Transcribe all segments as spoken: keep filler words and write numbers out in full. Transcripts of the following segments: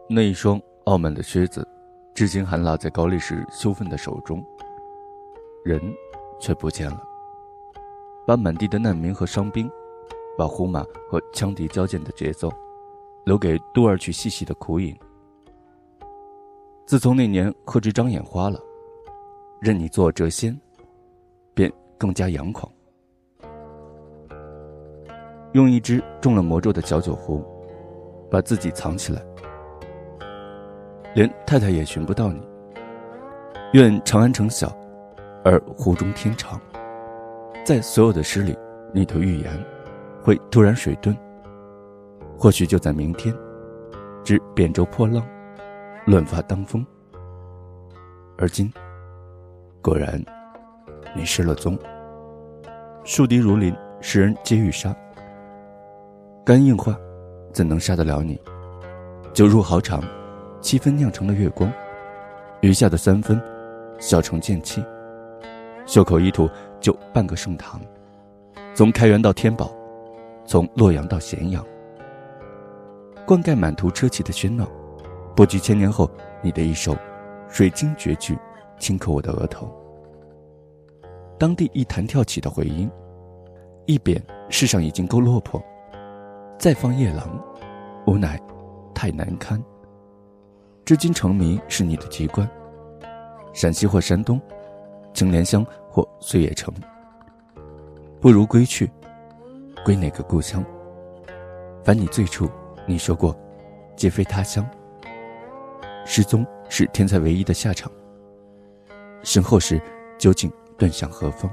那一双傲慢的靴子至今还落在高力士羞愤的手中，人却不见了。把满地的难民和伤兵，把呼马和枪笛交剑的节奏留给杜儿去细细的苦饮。自从那年贺知章眼花了，任你做谪仙，便更加阳狂。用一只中了魔咒的小酒壶把自己藏起来，连太太也寻不到你。愿长安城小，而湖中天长。在所有的诗里，你的预言会突然水遁，或许就在明天，只扁舟破浪，乱发当风。而今果然你失了踪，树敌如林，世人皆欲杀。肝硬化怎能杀得了你？酒入豪肠，七分酿成了月光，余下的三分小成剑气，袖口一吐就半个盛唐。从开元到天宝，从洛阳到咸阳，灌溉满途车骑的喧闹，不及千年后你的一首水晶绝句轻叩我的额头。当地一弹跳起的回音，一贬世上已经够落魄，再放夜郎无奈太难堪。至今成谜是你的籍贯，陕西或山东，青莲乡或碎叶城。不如归去，归哪个故乡？凡你最初你说过，皆非他乡。失踪是天才唯一的下场，身后时究竟遁向何方？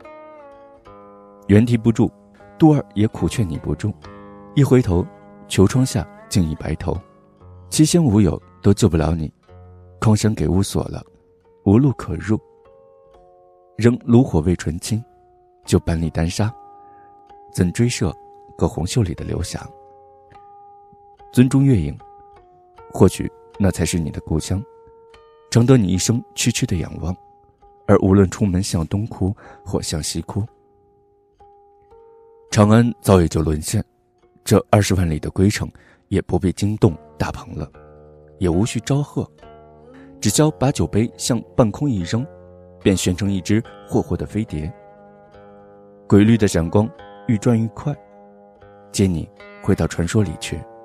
原题不住，杜儿也苦劝你不住。一回头，裘窗下竟已白头，七仙五友都救不了你，空山给屋锁了，无路可入。仍炉火未纯青，就板里单杀，怎追涉隔红袖里的流霞？尊中月影，或许那才是你的故乡，承得你一生痴痴的仰望，而无论出门向东哭或向西哭。长安早已就沦陷，这二十万里的归程也不必惊动大鹏了，也无需招贺，只消把酒杯向半空一扔，便旋成一只霍霍的飞碟。鬼绿的闪光愈转愈快，接你回到传说里去。